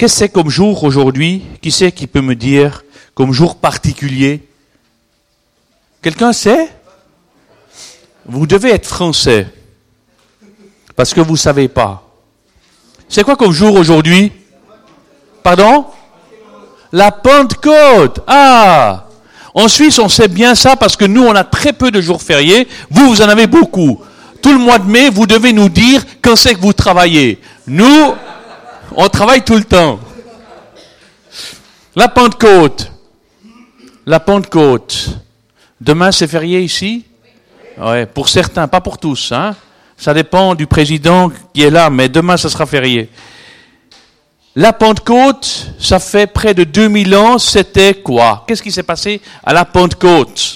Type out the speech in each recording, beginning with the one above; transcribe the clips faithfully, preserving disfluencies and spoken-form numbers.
Qu'est-ce que c'est comme jour aujourd'hui? Qui c'est qui peut me dire comme jour particulier? Quelqu'un sait? Vous devez être français. Parce que vous ne savez pas. C'est quoi comme jour aujourd'hui? Pardon? La Pentecôte. Ah! En Suisse, on sait bien ça parce que nous, on a très peu de jours fériés. Vous, vous en avez beaucoup. Tout le mois de mai, vous devez nous dire quand c'est que vous travaillez. Nous, on travaille tout le temps. La Pentecôte. La Pentecôte. Demain, c'est férié ici? Ouais, pour certains, pas pour tous, hein. Ça dépend du président qui est là, mais demain, ça sera férié. La Pentecôte, ça fait près de deux mille ans, c'était quoi? Qu'est-ce qui s'est passé à la Pentecôte?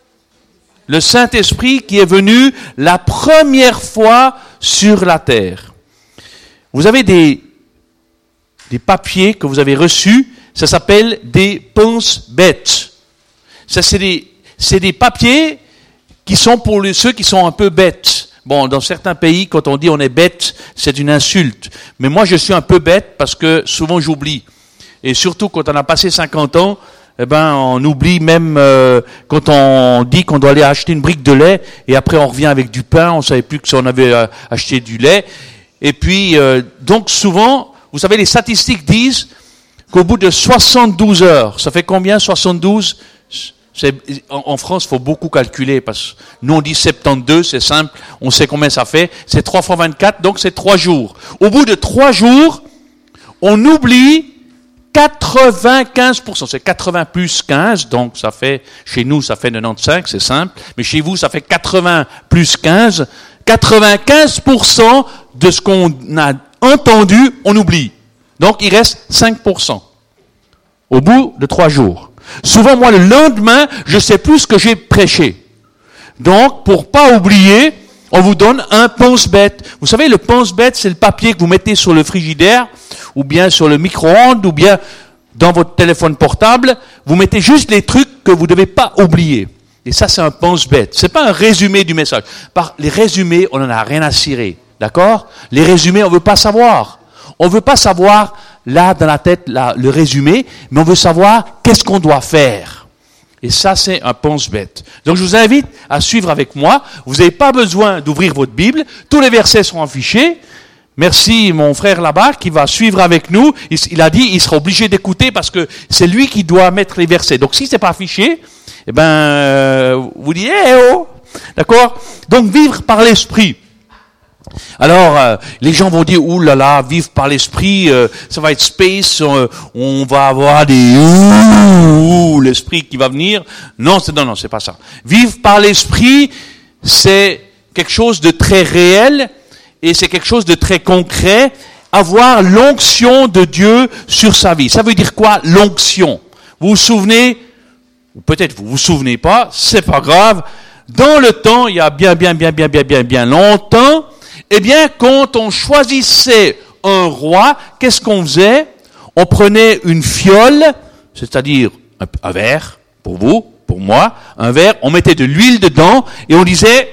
Le Saint-Esprit qui est venu la première fois sur la terre. Vous avez des, des papiers que vous avez reçus, ça s'appelle des pense-bêtes. Ça, c'est des, c'est des papiers qui sont pour les, ceux qui sont un peu bêtes. Bon, dans certains pays, quand on dit on est bête, c'est une insulte. Mais moi, je suis un peu bête parce que souvent j'oublie. Et surtout quand on a passé cinquante ans, eh ben, on oublie même euh, quand on dit qu'on doit aller acheter une brique de lait et après on revient avec du pain, on savait plus que si on avait euh, acheté du lait. Et puis, euh, donc souvent, vous savez, les statistiques disent qu'au bout de soixante-douze heures, ça fait combien soixante-douze? C'est, en, en France, il faut beaucoup calculer, parce que nous on dit soixante-douze, c'est simple, on sait combien ça fait, c'est trois fois vingt-quatre, donc c'est trois jours. Au bout de trois jours, on oublie quatre-vingt-quinze pour cent, c'est quatre-vingts plus quinze, donc ça fait, chez nous ça fait quatre-vingt-quinze, c'est simple, mais chez vous ça fait quatre-vingts plus quinze, quatre-vingt-quinze pour cent de ce qu'on a entendu, on oublie. Donc il reste cinq pour cent au bout de trois jours. Souvent, moi, le lendemain, je sais plus ce que j'ai prêché. Donc, pour pas oublier, on vous donne un pense-bête. Vous savez, le pense-bête, c'est le papier que vous mettez sur le frigidaire, ou bien sur le micro-ondes, ou bien dans votre téléphone portable. Vous mettez juste les trucs que vous devez pas oublier. Et ça, c'est un pense-bête. C'est pas un résumé du message. Par les résumés, on en a rien à cirer. D'accord? Les résumés, on veut pas savoir. On veut pas savoir là, dans la tête, là, le résumé, mais on veut savoir qu'est-ce qu'on doit faire. Et ça, c'est un pense-bête. Donc, je vous invite à suivre avec moi. Vous n'avez pas besoin d'ouvrir votre Bible. Tous les versets sont affichés. Merci, mon frère là-bas, qui va suivre avec nous. Il, il a dit, il sera obligé d'écouter parce que c'est lui qui doit mettre les versets. Donc, si c'est pas affiché, eh ben, euh, vous dites, eh oh! D'accord? Donc, vivre par l'esprit. Alors, euh, les gens vont dire, ouh là là, vivre par l'esprit, euh, ça va être space, euh, on va avoir des ouh, ouh, l'esprit qui va venir. Non, c'est, non, non, c'est pas ça. Vivre par l'esprit, c'est quelque chose de très réel et c'est quelque chose de très concret. Avoir l'onction de Dieu sur sa vie. Ça veut dire quoi, l'onction? Vous vous souvenez, ou peut-être vous vous souvenez pas, c'est pas grave. Dans le temps, il y a bien, bien, bien, bien, bien, bien, bien longtemps, eh bien, quand on choisissait un roi, qu'est-ce qu'on faisait? On prenait une fiole, c'est-à-dire un, un verre, pour vous, pour moi, un verre, on mettait de l'huile dedans, et on disait,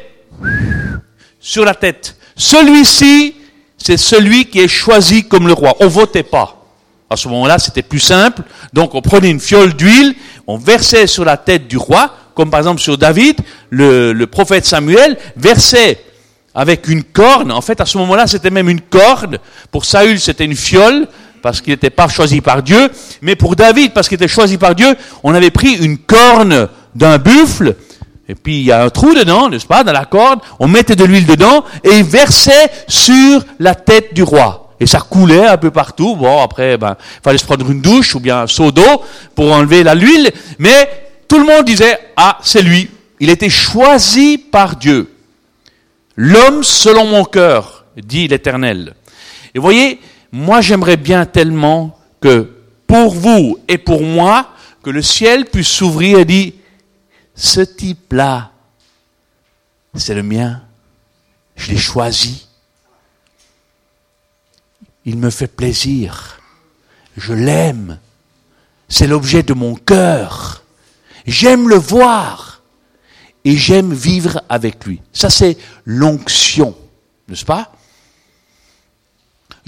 sur la tête, celui-ci, c'est celui qui est choisi comme le roi. On votait pas. À ce moment-là, c'était plus simple. Donc, on prenait une fiole d'huile, on versait sur la tête du roi, comme par exemple sur David, le, le prophète Samuel versait avec une corne. En fait, à ce moment-là, c'était même une corde. Pour Saül, c'était une fiole, parce qu'il n'était pas choisi par Dieu. Mais pour David, parce qu'il était choisi par Dieu, on avait pris une corne d'un buffle, et puis il y a un trou dedans, n'est-ce pas, dans la corde, on mettait de l'huile dedans, et il versait sur la tête du roi. Et ça coulait un peu partout. Bon, après, ben, il fallait se prendre une douche, ou bien un seau d'eau, pour enlever la l'huile. Mais tout le monde disait, ah, c'est lui. Il était choisi par Dieu. L'homme selon mon cœur, dit l'Éternel. Et vous voyez, moi j'aimerais bien tellement que pour vous et pour moi, que le ciel puisse s'ouvrir et dire, ce type-là, c'est le mien. Je l'ai choisi. Il me fait plaisir. Je l'aime. C'est l'objet de mon cœur. J'aime le voir. Et j'aime vivre avec lui. Ça, c'est l'onction, n'est-ce pas?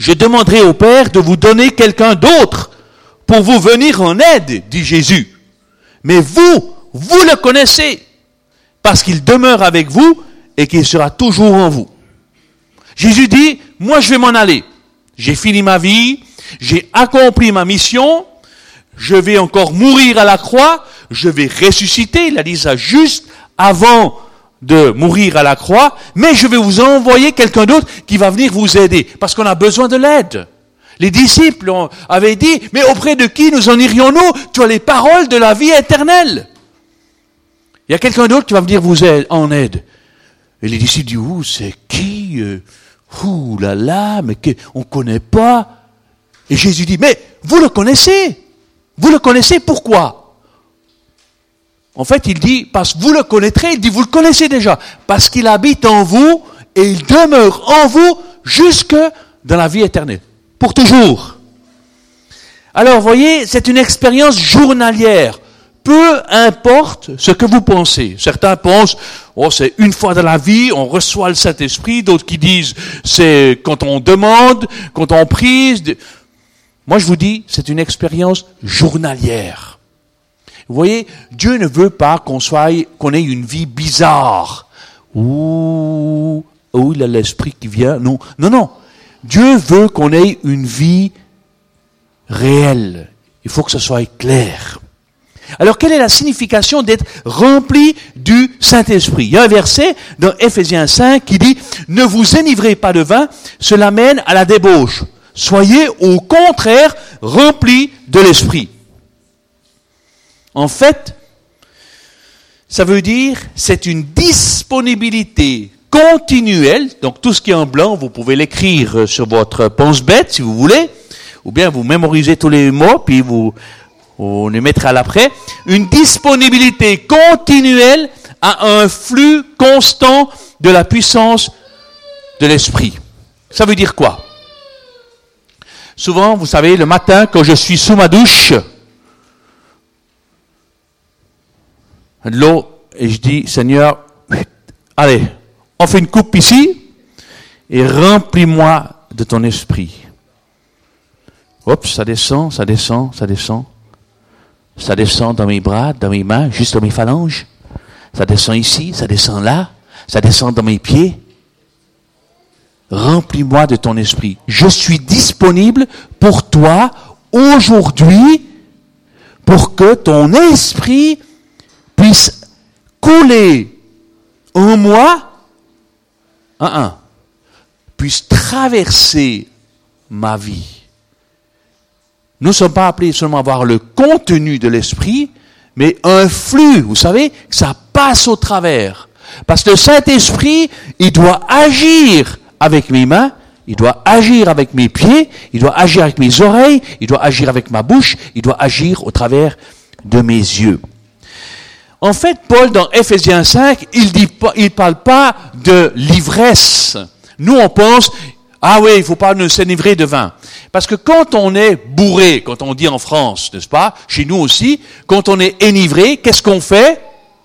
je demanderai au Père de vous donner quelqu'un d'autre pour vous venir en aide, dit Jésus. Mais vous, vous le connaissez, parce qu'il demeure avec vous et qu'il sera toujours en vous. Jésus dit, moi je vais m'en aller. J'ai fini ma vie, j'ai accompli ma mission, je vais encore mourir à la croix, je vais ressusciter, il a dit ça juste avant de mourir à la croix, mais je vais vous envoyer quelqu'un d'autre qui va venir vous aider, parce qu'on a besoin de l'aide. Les disciples avaient dit, mais auprès de qui nous en irions-nous? Tu as les paroles de la vie éternelle. Il y a quelqu'un d'autre qui va venir vous aider, en aide. Et les disciples disent, ouh, c'est qui? Ouh là là, mais que, on ne connaît pas. Et Jésus dit, mais vous le connaissez. Vous le connaissez, pourquoi? En fait, il dit, parce que vous le connaîtrez, il dit, vous le connaissez déjà. Parce qu'il habite en vous et il demeure en vous jusque dans la vie éternelle. Pour toujours. Alors, vous voyez, c'est une expérience journalière. Peu importe ce que vous pensez. Certains pensent, oh, c'est une fois dans la vie, on reçoit le Saint-Esprit. D'autres qui disent, c'est quand on demande, quand on prie. Moi, je vous dis, c'est une expérience journalière. Vous voyez, Dieu ne veut pas qu'on soit, qu'on ait une vie bizarre. Ouh, oh, il a l'Esprit qui vient. Non, non, non. Dieu veut qu'on ait une vie réelle. Il faut que ce soit clair. Alors, quelle est la signification d'être rempli du Saint-Esprit? Il y a un verset dans Éphésiens cinq qui dit « Ne vous enivrez pas de vin, cela mène à la débauche. Soyez au contraire remplis de l'Esprit. » En fait, ça veut dire c'est une disponibilité continuelle. Donc tout ce qui est en blanc, vous pouvez l'écrire sur votre pense-bête si vous voulez, ou bien vous mémorisez tous les mots, puis vous, vous les mettrez à l'après. Une disponibilité continuelle à un flux constant de la puissance de l'Esprit. Ça veut dire quoi? Souvent, vous savez, le matin, quand je suis sous ma douche, de l'eau, et je dis, Seigneur, allez, on fait une coupe ici, et remplis-moi de ton esprit. Hop, ça descend, ça descend, ça descend. Ça descend dans mes bras, dans mes mains, juste dans mes phalanges. Ça descend ici, ça descend là, ça descend dans mes pieds. Remplis-moi de ton esprit. Je suis disponible pour toi aujourd'hui, pour que ton esprit puisse couler en moi, un, un, puisse traverser ma vie. Nous ne sommes pas appelés seulement à voir le contenu de l'esprit, mais un flux, vous savez, que ça passe au travers. Parce que le Saint-Esprit, il doit agir avec mes mains, il doit agir avec mes pieds, il doit agir avec mes oreilles, il doit agir avec ma bouche, il doit agir au travers de mes yeux. En fait, Paul, dans Éphésiens cinq, il dit pas, il parle pas de l'ivresse. Nous, on pense, ah oui, il faut pas nous s'enivrer de vin. Parce que quand on est bourré, quand on dit en France, n'est-ce pas, chez nous aussi, quand on est enivré, qu'est-ce qu'on fait?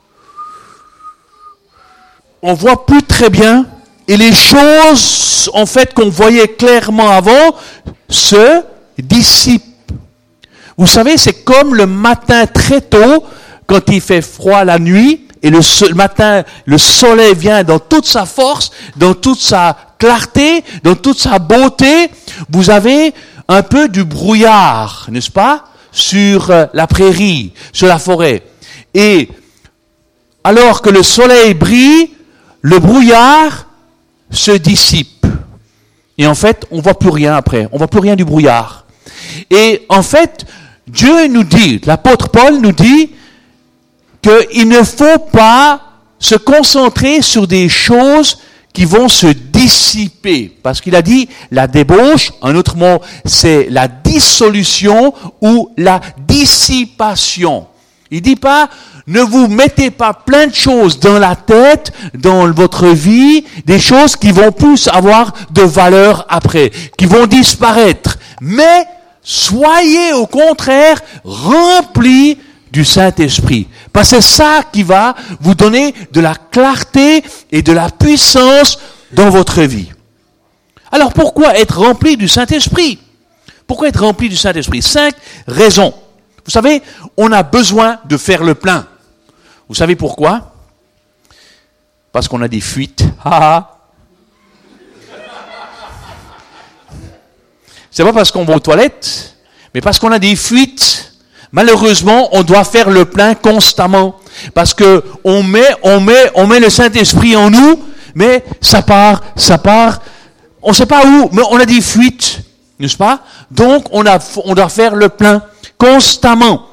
On voit plus très bien, et les choses, en fait, qu'on voyait clairement avant, se dissipent. Vous savez, c'est comme le matin très tôt, quand il fait froid la nuit, et le, so- le matin, le soleil vient dans toute sa force, dans toute sa clarté, dans toute sa beauté, vous avez un peu du brouillard, n'est-ce pas, sur euh, la prairie, sur la forêt. Et alors que le soleil brille, le brouillard se dissipe. Et en fait, on voit plus rien après, on voit plus rien du brouillard. Et en fait, Dieu nous dit, l'apôtre Paul nous dit, qu'il ne faut pas se concentrer sur des choses qui vont se dissiper. Parce qu'il a dit la débauche, un autre mot, c'est la dissolution ou la dissipation. Il dit pas, ne vous mettez pas plein de choses dans la tête, dans votre vie, des choses qui vont plus avoir de valeur après, qui vont disparaître. Mais soyez au contraire remplis du Saint-Esprit. Parce que c'est ça qui va vous donner de la clarté et de la puissance dans votre vie. Alors pourquoi être rempli du Saint-Esprit? Pourquoi être rempli du Saint-Esprit? Cinq raisons. Vous savez, on a besoin de faire le plein. Vous savez pourquoi? Parce qu'on a des fuites. C'est pas parce qu'on va aux toilettes, mais parce qu'on a des fuites. Malheureusement, on doit faire le plein constamment. Parce que on met, on met, on met le Saint-Esprit en nous, mais ça part, ça part. On sait pas où, mais on a des fuites, n'est-ce pas? Donc, on a, on doit faire le plein constamment.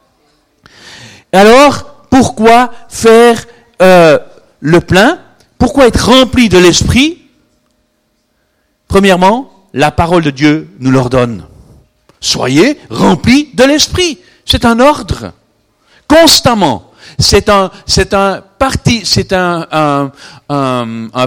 Alors, pourquoi faire euh, le plein? Pourquoi être rempli de l'Esprit? Premièrement, la parole de Dieu nous l'ordonne. Soyez remplis de l'Esprit. C'est un ordre. Constamment. C'est un, c'est un parti, c'est un, un, un, un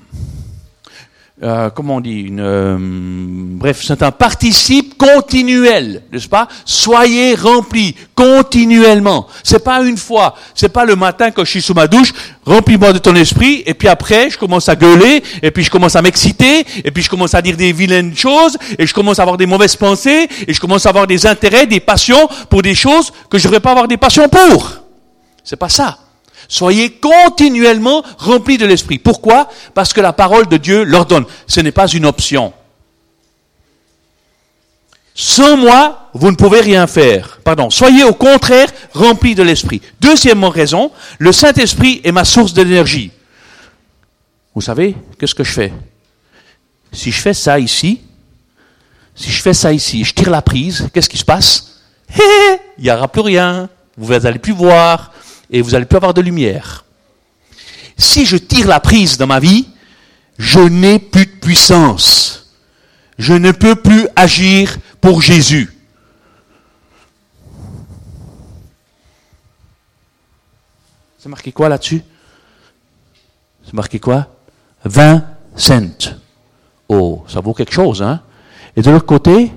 euh, comment on dit, une, euh, bref, c'est un participe continuel, n'est-ce pas? Soyez remplis continuellement. C'est pas une fois, c'est pas le matin quand je suis sous ma douche, remplis-moi de ton esprit, et puis après je commence à gueuler, et puis je commence à m'exciter, et puis je commence à dire des vilaines choses, et je commence à avoir des mauvaises pensées, et je commence à avoir des intérêts, des passions pour des choses que je devrais pas avoir des passions pour. C'est pas ça. Soyez continuellement remplis de l'Esprit. Pourquoi? Parce que la parole de Dieu l'ordonne. Ce n'est pas une option. Sans moi, vous ne pouvez rien faire. Pardon. Soyez au contraire remplis de l'Esprit. Deuxième raison, le Saint-Esprit est ma source d'énergie. Vous savez, qu'est-ce que je fais? Si je fais ça ici, si je fais ça ici, je tire la prise, qu'est-ce qui se passe? Hé, il n'y aura plus rien. Vous n'allez plus voir. Et vous n'allez plus avoir de lumière. Si je tire la prise dans ma vie, je n'ai plus de puissance. Je ne peux plus agir pour Jésus. C'est marqué quoi là-dessus? C'est marqué quoi? vingt cents. Oh, ça vaut quelque chose, hein? Et de l'autre côté,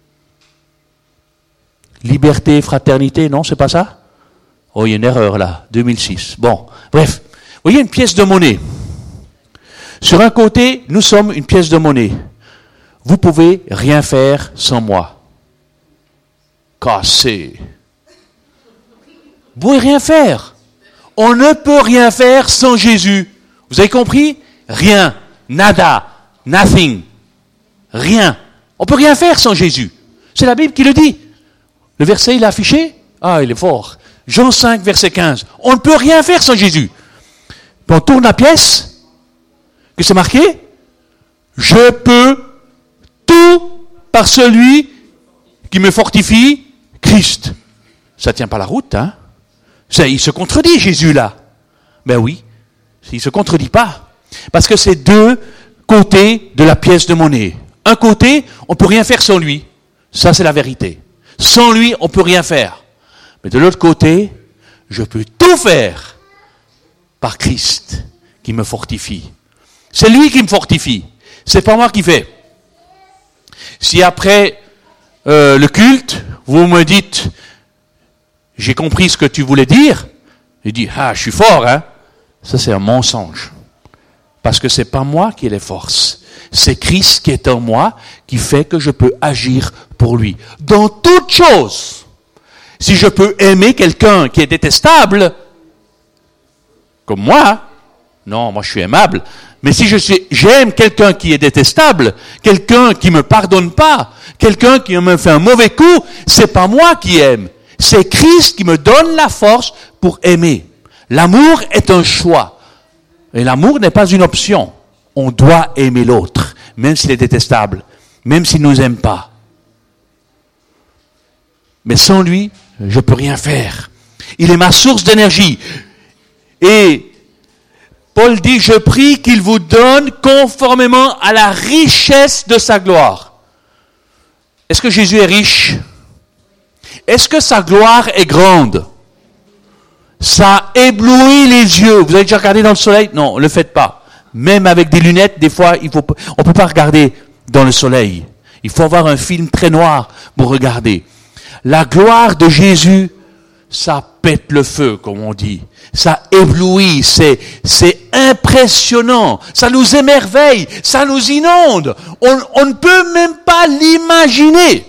liberté, fraternité, non, c'est pas ça? Oh, il y a une erreur là, deux mille six. Bon, bref. Vous voyez une pièce de monnaie. Sur un côté, nous sommes une pièce de monnaie. Vous pouvez rien faire sans moi. Cassé. Vous pouvez rien faire. On ne peut rien faire sans Jésus. Vous avez compris? Rien. Nada. Nothing. Rien. On peut rien faire sans Jésus. C'est la Bible qui le dit. Le verset, il est affiché? Ah, il est fort. Jean cinq, verset quinze. On ne peut rien faire sans Jésus. Puis on tourne la pièce. Que c'est marqué? Je peux tout par celui qui me fortifie, Christ. Ça tient pas la route, hein? Ça, il se contredit, Jésus, là. Ben oui. Il se contredit pas. Parce que c'est deux côtés de la pièce de monnaie. Un côté, on peut rien faire sans lui. Ça, c'est la vérité. Sans lui, on peut rien faire. Mais de l'autre côté, je peux tout faire par Christ qui me fortifie. C'est lui qui me fortifie. C'est pas moi qui fais. Si après euh, le culte, vous me dites, j'ai compris ce que tu voulais dire, je dis, ah, je suis fort, hein. Ça, c'est un mensonge. Parce que c'est pas moi qui ai les forces. C'est Christ qui est en moi qui fait que je peux agir pour lui. Dans toute chose. Si je peux aimer quelqu'un qui est détestable, comme moi, non, moi je suis aimable, mais si je suis, j'aime quelqu'un qui est détestable, quelqu'un qui me pardonne pas, quelqu'un qui me fait un mauvais coup, c'est pas moi qui aime, c'est Christ qui me donne la force pour aimer. L'amour est un choix, et l'amour n'est pas une option. On doit aimer l'autre, même s'il est détestable, même s'il ne nous aime pas. Mais sans lui, je ne peux rien faire. Il est ma source d'énergie. Et Paul dit, je prie qu'il vous donne conformément à la richesse de sa gloire. Est-ce que Jésus est riche? Est-ce que sa gloire est grande? Ça éblouit les yeux. Vous avez déjà regardé dans le soleil? Non, ne le faites pas. Même avec des lunettes, des fois, il faut, on ne peut pas regarder dans le soleil. Il faut avoir un film très noir pour regarder. La gloire de Jésus, ça pète le feu, comme on dit. Ça éblouit, c'est, c'est impressionnant. Ça nous émerveille, ça nous inonde. On, on ne peut même pas l'imaginer.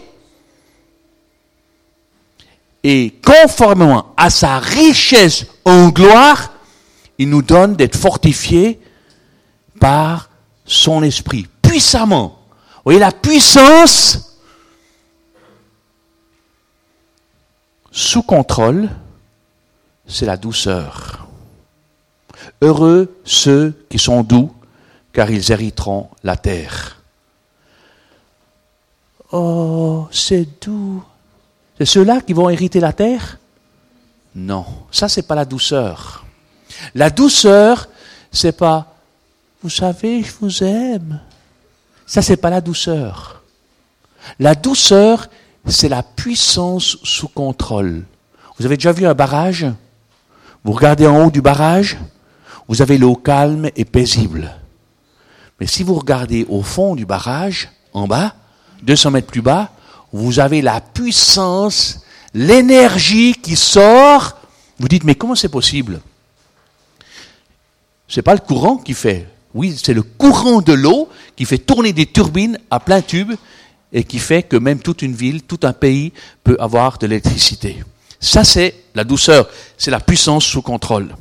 Et conformément à sa richesse en gloire, il nous donne d'être fortifiés par son esprit, puissamment. Vous voyez, la puissance sous contrôle, c'est la douceur. Heureux ceux qui sont doux, car ils hériteront la terre. Oh, c'est doux. C'est ceux-là qui vont hériter la terre? Non, ça c'est pas la douceur. La douceur, c'est pas, vous savez, je vous aime. Ça c'est pas la douceur. La douceur, c'est la puissance sous contrôle. Vous avez déjà vu un barrage? Vous regardez en haut du barrage, vous avez l'eau calme et paisible. Mais si vous regardez au fond du barrage, en bas, deux cents mètres plus bas, vous avez la puissance, l'énergie qui sort. Vous dites, mais comment c'est possible? C'est pas le courant qui fait. Oui, c'est le courant de l'eau qui fait tourner des turbines à plein tube et qui fait que même toute une ville, tout un pays peut avoir de l'électricité. Ça, c'est la douceur, c'est la puissance sous contrôle.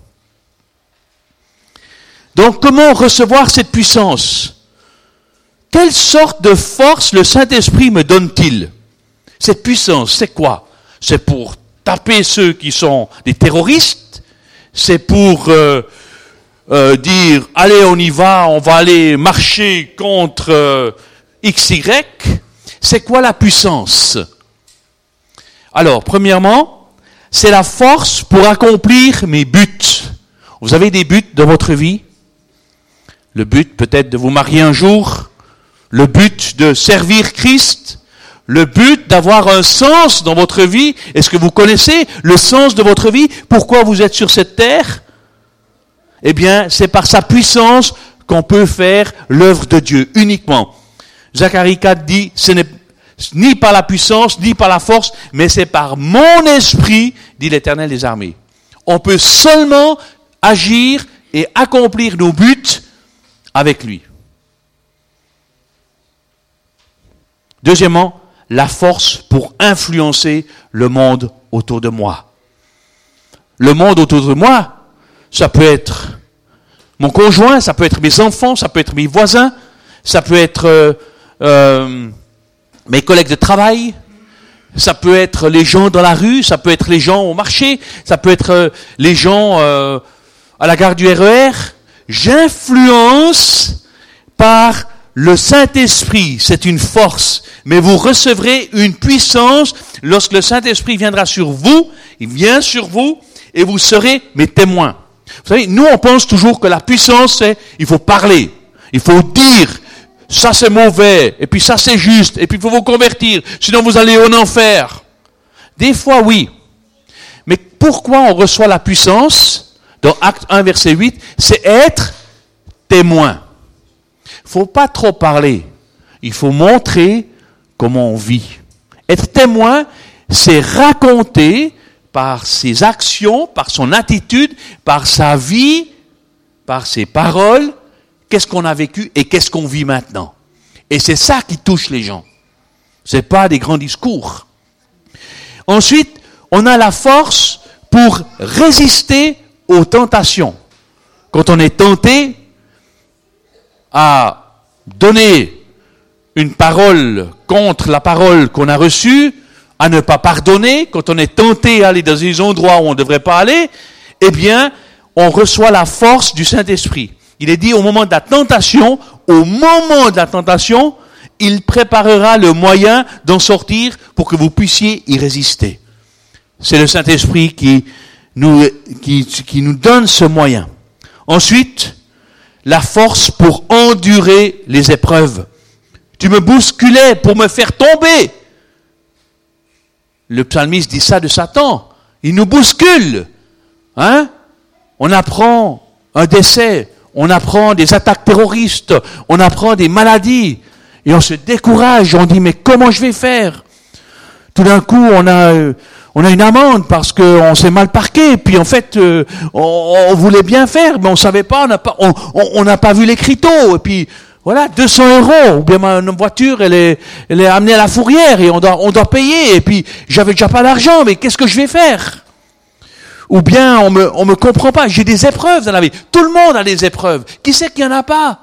Donc, comment recevoir cette puissance? Quelle sorte de force le Saint-Esprit me donne-t-il? Cette puissance, c'est quoi? C'est pour taper ceux qui sont des terroristes? C'est pour euh, euh, dire, allez, on y va, on va aller marcher contre euh, X Y? C'est quoi la puissance? Alors, premièrement, c'est la force pour accomplir mes buts. Vous avez des buts dans votre vie? Le but peut-être de vous marier un jour, le but de servir Christ, le but d'avoir un sens dans votre vie. Est-ce que vous connaissez le sens de votre vie? Pourquoi vous êtes sur cette terre? Eh bien, c'est par sa puissance qu'on peut faire l'œuvre de Dieu, uniquement. Zacharie quatre dit, ce n'est ni par la puissance, ni par la force, mais c'est par mon esprit, dit l'Éternel des armées. On peut seulement agir et accomplir nos buts avec lui. Deuxièmement, la force pour influencer le monde autour de moi. Le monde autour de moi, ça peut être mon conjoint, ça peut être mes enfants, ça peut être mes voisins, ça peut être euh, euh, mes collègues de travail, ça peut être les gens dans la rue, ça peut être les gens au marché, ça peut être euh, les gens euh, à la gare du R E R. J'influence par le Saint-Esprit, c'est une force, mais vous recevrez une puissance lorsque le Saint-Esprit viendra sur vous, il vient sur vous, et vous serez mes témoins. Vous savez, nous on pense toujours que la puissance c'est, il faut parler, il faut dire, ça c'est mauvais, et puis ça c'est juste, et puis il faut vous convertir, sinon vous allez en enfer. Des fois oui, mais pourquoi on reçoit la puissance? Dans Acte un, verset huit, c'est être témoin. Il ne faut pas trop parler. Il faut montrer comment on vit. Être témoin, c'est raconter par ses actions, par son attitude, par sa vie, par ses paroles, qu'est-ce qu'on a vécu et qu'est-ce qu'on vit maintenant. Et c'est ça qui touche les gens. Ce n'est pas des grands discours. Ensuite, on a la force pour résister aux tentations. Quand on est tenté à donner une parole contre la parole qu'on a reçue, à ne pas pardonner, quand on est tenté à aller dans des endroits où on ne devrait pas aller, eh bien, on reçoit la force du Saint-Esprit. Il est dit au moment de la tentation, au moment de la tentation, il préparera le moyen d'en sortir pour que vous puissiez y résister. C'est le Saint-Esprit qui nous, qui, qui nous donne ce moyen. Ensuite, la force pour endurer les épreuves. Tu me bousculais pour me faire tomber. Le psalmiste dit ça de Satan. Il nous bouscule. Hein? On apprend un décès, on apprend des attaques terroristes, on apprend des maladies, et on se décourage, on dit, mais comment je vais faire? Tout d'un coup, on a, euh, on a une amende parce qu'on s'est mal parqué. Puis en fait, euh, on, on voulait bien faire, mais on savait pas, on n'a pas, on, on n'a pas vu les criteaux. Et puis voilà, deux cents euros. Ou bien ma voiture, elle est, elle est amenée à la fourrière et on doit, on doit payer. Et puis j'avais déjà pas d'argent, mais qu'est-ce que je vais faire? Ou bien on me, on me comprend pas. J'ai des épreuves dans la vie. Tout le monde a des épreuves. Qui c'est qu'il y en a pas?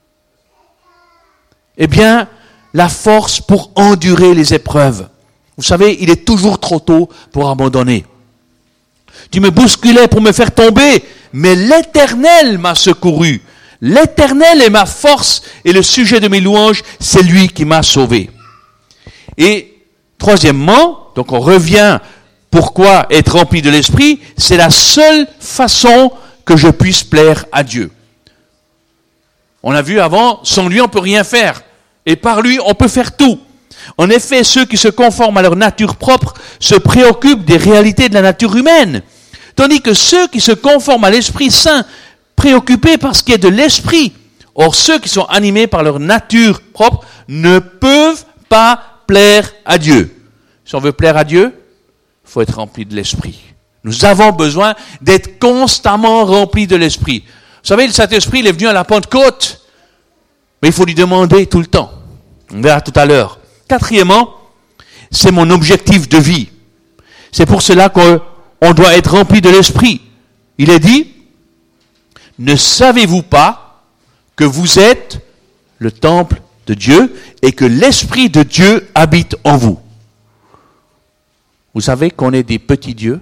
Eh bien, la force pour endurer les épreuves. Vous savez, il est toujours trop tôt pour abandonner. Tu me bousculais pour me faire tomber, mais l'Éternel m'a secouru. L'Éternel est ma force et le sujet de mes louanges, c'est lui qui m'a sauvé. Et troisièmement, donc on revient, pourquoi être rempli de l'Esprit? C'est la seule façon que je puisse plaire à Dieu. On a vu avant, sans lui on peut rien faire. Et par lui on peut faire tout. En effet, ceux qui se conforment à leur nature propre se préoccupent des réalités de la nature humaine. Tandis que ceux qui se conforment à l'Esprit Saint, préoccupés par ce qui est de l'Esprit. Or, ceux qui sont animés par leur nature propre ne peuvent pas plaire à Dieu. Si on veut plaire à Dieu, il faut être rempli de l'Esprit. Nous avons besoin d'être constamment remplis de l'Esprit. Vous savez, le Saint-Esprit, il est venu à la Pentecôte, mais il faut lui demander tout le temps. On verra tout à l'heure. Quatrièmement, c'est mon objectif de vie. C'est pour cela qu'on on doit être rempli de l'Esprit. Il est dit, ne savez-vous pas que vous êtes le temple de Dieu et que l'Esprit de Dieu habite en vous? Vous savez qu'on est des petits dieux?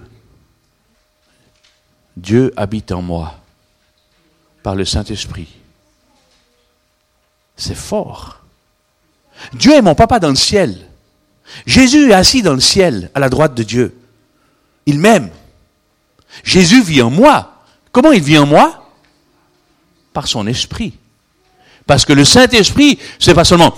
Dieu habite en moi par le Saint-Esprit. C'est fort. Dieu est mon papa dans le ciel. Jésus est assis dans le ciel, à la droite de Dieu. Il m'aime. Jésus vit en moi. Comment il vit en moi? Par son esprit. Parce que le Saint-Esprit, c'est pas seulement,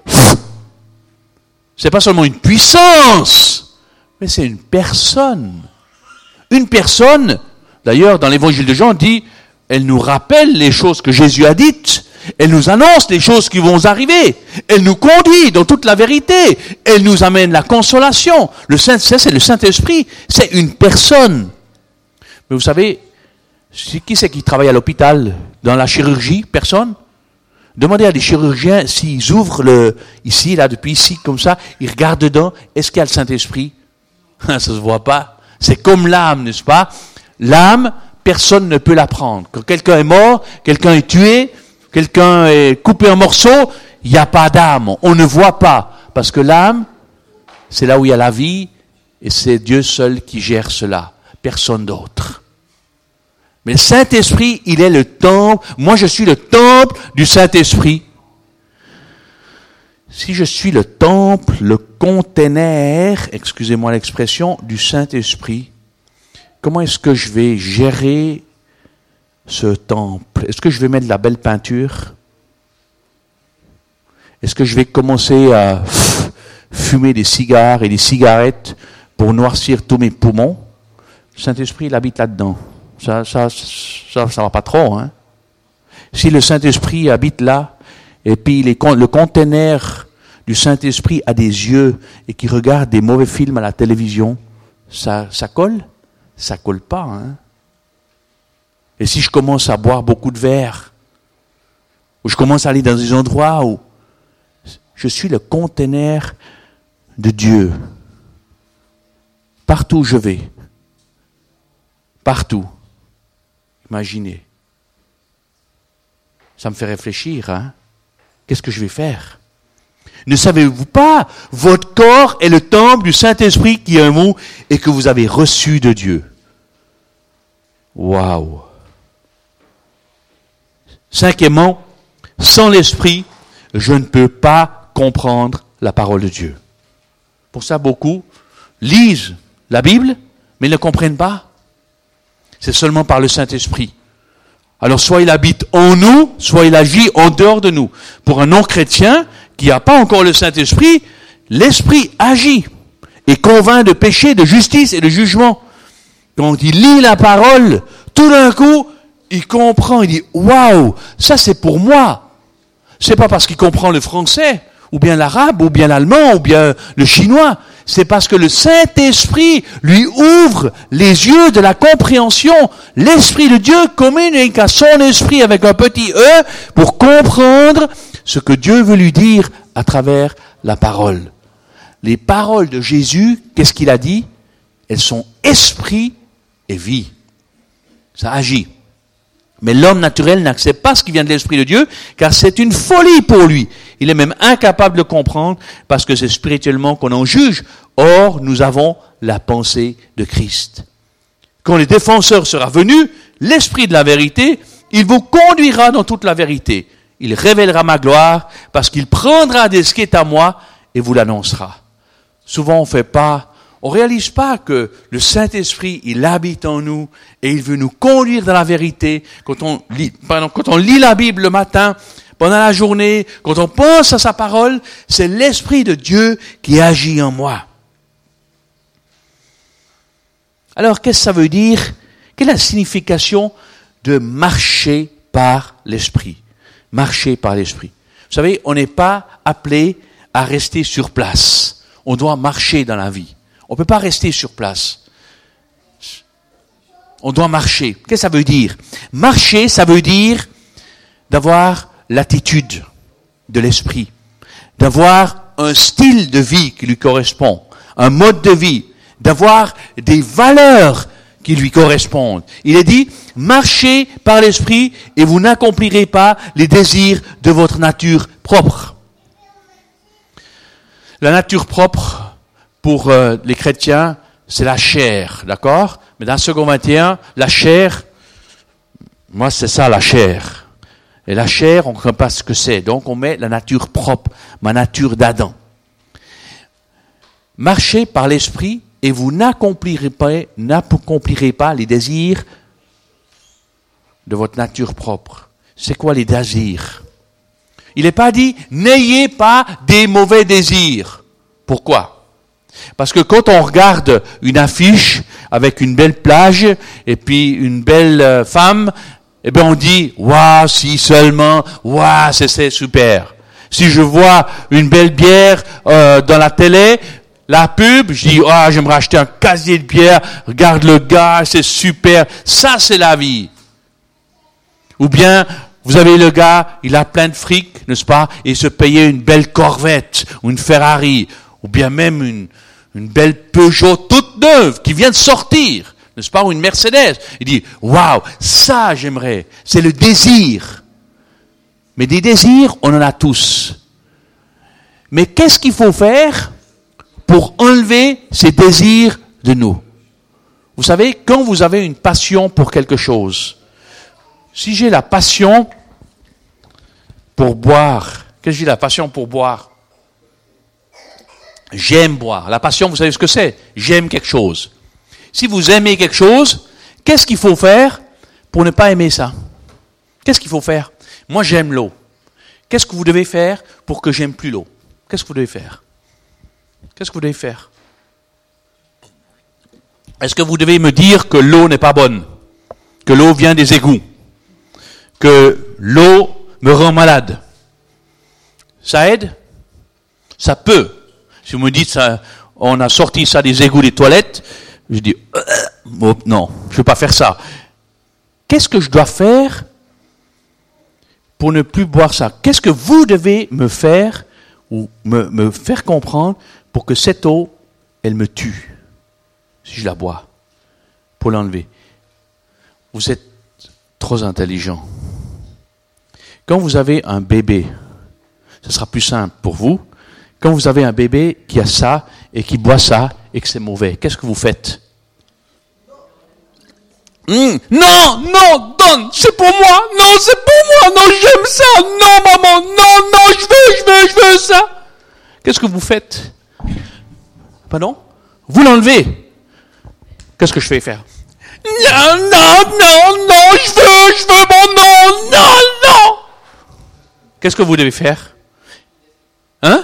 c'est pas seulement une puissance, mais c'est une personne. Une personne, d'ailleurs, dans l'évangile de Jean, dit, elle nous rappelle les choses que Jésus a dites. Elle nous annonce les choses qui vont arriver. Elle nous conduit dans toute la vérité. Elle nous amène la consolation. Le Saint, ça, c'est le Saint-Esprit. C'est une personne. Mais vous savez, qui c'est qui travaille à l'hôpital, dans la chirurgie? Personne. Demandez à des chirurgiens s'ils ouvrent le, ici, là, depuis ici, comme ça, ils regardent dedans. Est-ce qu'il y a le Saint-Esprit? Ça se voit pas. C'est comme l'âme, n'est-ce pas? L'âme, personne ne peut la prendre. Quand quelqu'un est mort, quelqu'un est tué, quelqu'un est coupé en morceaux, il n'y a pas d'âme. On ne voit pas. Parce que l'âme, c'est là où il y a la vie, et c'est Dieu seul qui gère cela. Personne d'autre. Mais le Saint-Esprit, il est le temple. Moi, je suis le temple du Saint-Esprit. Si je suis le temple, le conteneur, excusez-moi l'expression, du Saint-Esprit, comment est-ce que je vais gérer ce temple? Est-ce que je vais mettre de la belle peinture? Est-ce que je vais commencer à fumer des cigares et des cigarettes pour noircir tous mes poumons? Le Saint-Esprit, il habite là-dedans. Ça, ça, ça, ça va pas trop, hein? Si le Saint-Esprit habite là, et puis les, le conteneur du Saint-Esprit a des yeux et qui regarde des mauvais films à la télévision, ça, ça colle? Ça colle pas, hein? Et si je commence à boire beaucoup de verre, ou je commence à aller dans des endroits où je suis le conteneur de Dieu, partout où je vais, partout, imaginez, ça me fait réfléchir, hein? Qu'est-ce que je vais faire? Ne savez-vous pas, votre corps est le temple du Saint-Esprit qui est en vous et que vous avez reçu de Dieu. Waouh! Cinquièmement, sans l'Esprit, je ne peux pas comprendre la parole de Dieu. Pour ça, beaucoup lisent la Bible, mais ils ne comprennent pas. C'est seulement par le Saint-Esprit. Alors, soit il habite en nous, soit il agit en dehors de nous. Pour un non-chrétien qui n'a pas encore le Saint-Esprit, l'Esprit agit et convainc de péché, de justice et de jugement. Quand il lit la parole, tout d'un coup, il comprend, il dit « Waouh, ça c'est pour moi ». C'est pas parce qu'il comprend le français, ou bien l'arabe, ou bien l'allemand, ou bien le chinois. c'est parce que le Saint-Esprit lui ouvre les yeux de la compréhension. L'Esprit de Dieu communique à son esprit avec un petit E pour comprendre ce que Dieu veut lui dire à travers la parole. Les paroles de Jésus, qu'est-ce qu'il a dit? Elles sont esprit et vie. Ça agit. Mais l'homme naturel n'accepte pas ce qui vient de l'Esprit de Dieu, car c'est une folie pour lui. Il est même incapable de comprendre, parce que c'est spirituellement qu'on en juge. Or, nous avons la pensée de Christ. Quand le défenseur sera venu, l'Esprit de la vérité, il vous conduira dans toute la vérité. Il révélera ma gloire, parce qu'il prendra de ce qui est à moi et vous l'annoncera. Souvent, on fait pas, on réalise pas que le Saint-Esprit, il habite en nous et il veut nous conduire dans la vérité. Quand on lit, pardon, quand on lit la Bible le matin, pendant la journée, quand on pense à sa parole, c'est l'Esprit de Dieu qui agit en moi. Alors, qu'est-ce que ça veut dire? Quelle est la signification de marcher par l'Esprit? Marcher par l'Esprit. Vous savez, on n'est pas appelé à rester sur place. On doit marcher dans la vie. On ne peut pas rester sur place. On doit marcher. Qu'est-ce que ça veut dire? Marcher, ça veut dire d'avoir l'attitude de l'esprit, d'avoir un style de vie qui lui correspond, un mode de vie, d'avoir des valeurs qui lui correspondent. Il est dit, marchez par l'esprit et vous n'accomplirez pas les désirs de votre nature propre. La nature propre, pour euh, les chrétiens, c'est la chair, d'accord? Mais dans Second vingt et un, la chair, moi c'est ça la chair. Et la chair, on ne comprend pas ce que c'est. Donc on met la nature propre, ma nature d'Adam. Marchez par l'esprit et vous n'accomplirez pas, n'accomplirez pas les désirs de votre nature propre. C'est quoi les désirs? Il n'est pas dit, n'ayez pas des mauvais désirs. Pourquoi? Parce que quand on regarde une affiche avec une belle plage et puis une belle femme, eh bien on dit, waouh, si seulement, waouh, c'est, c'est super. Si je vois une belle bière euh, dans la télé, la pub, je dis, ah, oh, j'aimerais acheter un casier de bière, regarde le gars, c'est super. Ça, c'est la vie. Ou bien, vous avez le gars, il a plein de fric, n'est-ce pas, et il se payait une belle Corvette, ou une Ferrari, ou bien même une, une belle Peugeot toute neuve, qui vient de sortir, n'est-ce pas, ou une Mercedes. Il dit, waouh, ça j'aimerais. C'est le désir. Mais des désirs, on en a tous. Mais qu'est-ce qu'il faut faire pour enlever ces désirs de nous? Vous savez, quand vous avez une passion pour quelque chose, si j'ai la passion pour boire, qu'est-ce que j'ai la passion pour boire? J'aime boire. La passion, vous savez ce que c'est? J'aime quelque chose. Si vous aimez quelque chose, qu'est-ce qu'il faut faire pour ne pas aimer ça? Qu'est-ce qu'il faut faire? Moi, j'aime l'eau. Qu'est-ce que vous devez faire pour que j'aime plus l'eau? Qu'est-ce que vous devez faire? Qu'est-ce que vous devez faire? Est-ce que vous devez me dire que l'eau n'est pas bonne? Que l'eau vient des égouts? Que l'eau me rend malade? Ça aide? Ça peut. Si vous me dites, ça, on a sorti ça des égouts des toilettes, je dis, euh, oh, non, je ne veux pas faire ça. Qu'est-ce que je dois faire pour ne plus boire ça? Qu'est-ce que vous devez me faire ou me, me faire comprendre pour que cette eau, elle me tue, si je la bois, pour l'enlever? Vous êtes trop intelligent. Quand vous avez un bébé, ce sera plus simple pour vous. Quand vous avez un bébé qui a ça et qui boit ça et que c'est mauvais, qu'est-ce que vous faites? Mmh, non, non, donne, c'est pour moi, non, c'est pour moi, non, j'aime ça, non, maman, non, non, je veux, je veux, je veux ça. Qu'est-ce que vous faites? Pardon? Vous l'enlevez. Qu'est-ce que je fais faire? Non, non, non, non, je veux, je veux mon non, non, non. Qu'est-ce que vous devez faire? Hein?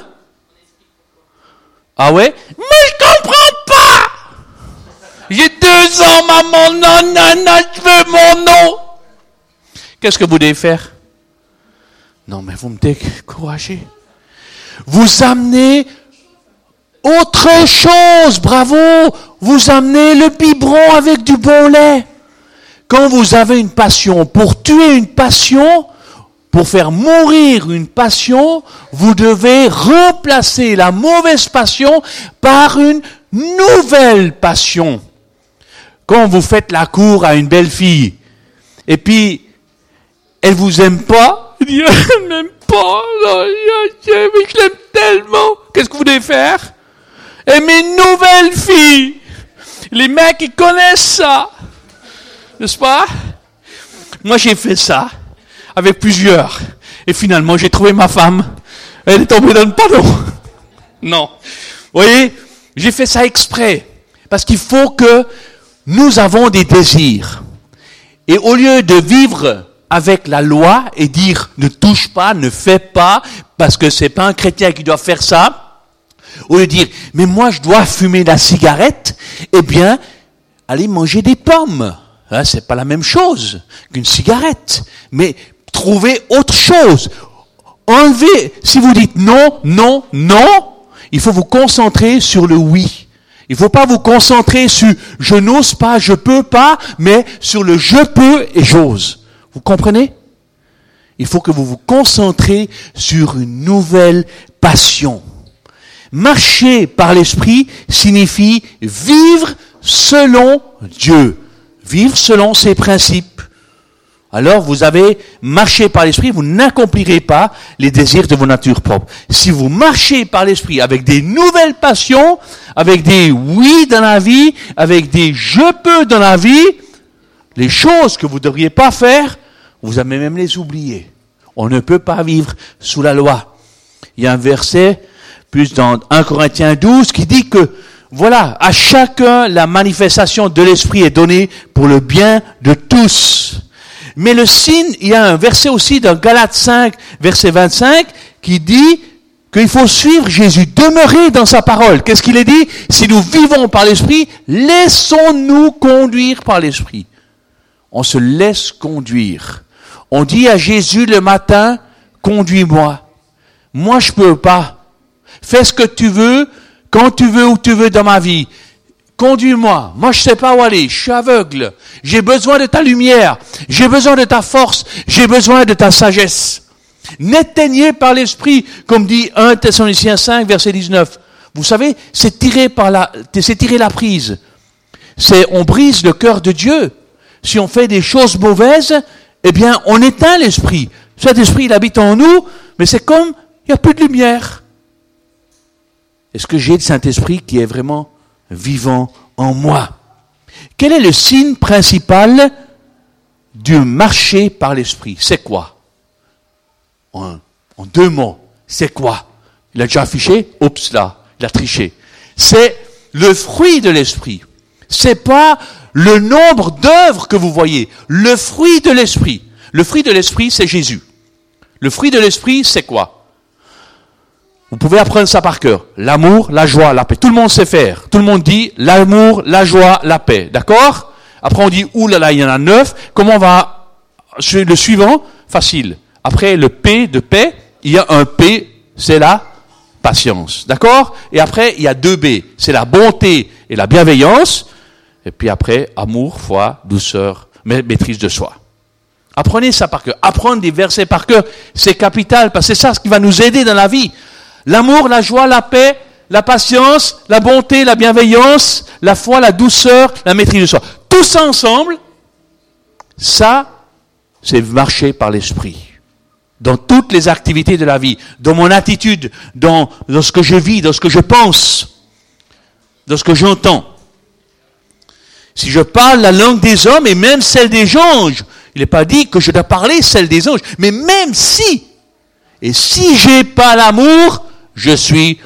Ah ouais? Mais je comprends pas! J'ai deux ans, maman, non, non, non, je veux mon nom! Qu'est-ce que vous devez faire? Non, mais vous me découragez. Vous amenez Autre chose, bravo, vous amenez le biberon avec du bon lait. Quand vous avez une passion, pour tuer une passion, pour faire mourir une passion, vous devez remplacer la mauvaise passion par une nouvelle passion. Quand vous faites la cour à une belle fille, et puis elle vous aime pas, elle dit « elle m'aime pas, mais je l'aime tellement ». Qu'est-ce que vous devez faire? Aimer une nouvelle fille. Les mecs, ils connaissent ça. N'est-ce pas? Moi, j'ai fait ça avec plusieurs. Et finalement, j'ai trouvé ma femme. Elle est tombée dans le panneau. Non. Vous voyez, j'ai fait ça exprès. Parce qu'il faut que nous avons des désirs. Et au lieu de vivre avec la loi et dire ne touche pas, ne fais pas, parce que c'est pas un chrétien qui doit faire ça, au lieu de dire mais moi je dois fumer la cigarette, eh bien, allez manger des pommes. Hein, c'est pas la même chose qu'une cigarette. Mais trouvez autre chose. Enlevez, si vous dites non, non, non, il faut vous concentrer sur le oui. Il ne faut pas vous concentrer sur je n'ose pas, je peux pas, mais sur le je peux et j'ose. Vous comprenez? Il faut que vous vous concentrez sur une nouvelle passion. Marcher par l'esprit signifie vivre selon Dieu. Vivre selon ses principes. Alors vous avez marché par l'esprit, vous n'accomplirez pas les désirs de vos natures propres. Si vous marchez par l'esprit avec des nouvelles passions, avec des oui dans la vie, avec des je peux dans la vie, les choses que vous ne devriez pas faire, vous allez même les oublier. On ne peut pas vivre sous la loi. Il y a un verset, plus dans un Corinthiens douze, qui dit que voilà, à chacun la manifestation de l'esprit est donnée pour le bien de tous. Mais le signe, il y a un verset aussi dans Galates cinq, verset vingt-cinq, qui dit qu'il faut suivre Jésus, demeurer dans sa parole. Qu'est-ce qu'il est dit? Si nous vivons par l'esprit, laissons-nous conduire par l'esprit. On se laisse conduire. On dit à Jésus le matin, conduis-moi. Moi, je peux pas. Fais ce que tu veux, quand tu veux, où tu veux dans ma vie. Conduis-moi. Moi, je sais pas où aller. Je suis aveugle. J'ai besoin de ta lumière. J'ai besoin de ta force. J'ai besoin de ta sagesse. N'éteignez par l'esprit, comme dit un Thessaloniciens cinq, verset dix-neuf. Vous savez, c'est tirer par la, c'est tirer la prise. C'est, on brise le cœur de Dieu. Si on fait des choses mauvaises, eh bien, on éteint l'esprit. Cet esprit, il habite en nous, mais c'est comme, il n'y a plus de lumière. Est-ce que j'ai le Saint-Esprit qui est vraiment vivant en moi? Quel est le signe principal du marché par l'esprit? C'est quoi? En, en deux mots, c'est quoi? Il a déjà affiché? Oups là, il a triché. C'est le fruit de l'esprit. C'est pas le nombre d'œuvres que vous voyez. Le fruit de l'esprit. Le fruit de l'esprit, c'est Jésus. Le fruit de l'esprit, c'est quoi? Vous pouvez apprendre ça par cœur. L'amour, la joie, la paix. Tout le monde sait faire. Tout le monde dit l'amour, la joie, la paix. D'accord? Après on dit, oulala, il y en a neuf. Comment on va... Le suivant, facile. Après le P de paix, il y a un P, c'est la patience. D'accord? Et après, il y a deux B. C'est la bonté et la bienveillance. Et puis après, amour, foi, douceur, maîtrise de soi. Apprenez ça par cœur. Apprendre des versets par cœur, c'est capital, parce que c'est ça ce qui va nous aider dans la vie. L'amour, la joie, la paix, la patience, la bonté, la bienveillance, la foi, la douceur, la maîtrise de soi. Tout ça ensemble, ça, c'est marcher par l'esprit. Dans toutes les activités de la vie, dans mon attitude, dans, dans ce que je vis, dans ce que je pense, dans ce que j'entends. Si je parle la langue des hommes et même celle des anges, il n'est pas dit que je dois parler celle des anges, mais même si, et si j'ai pas l'amour, je suis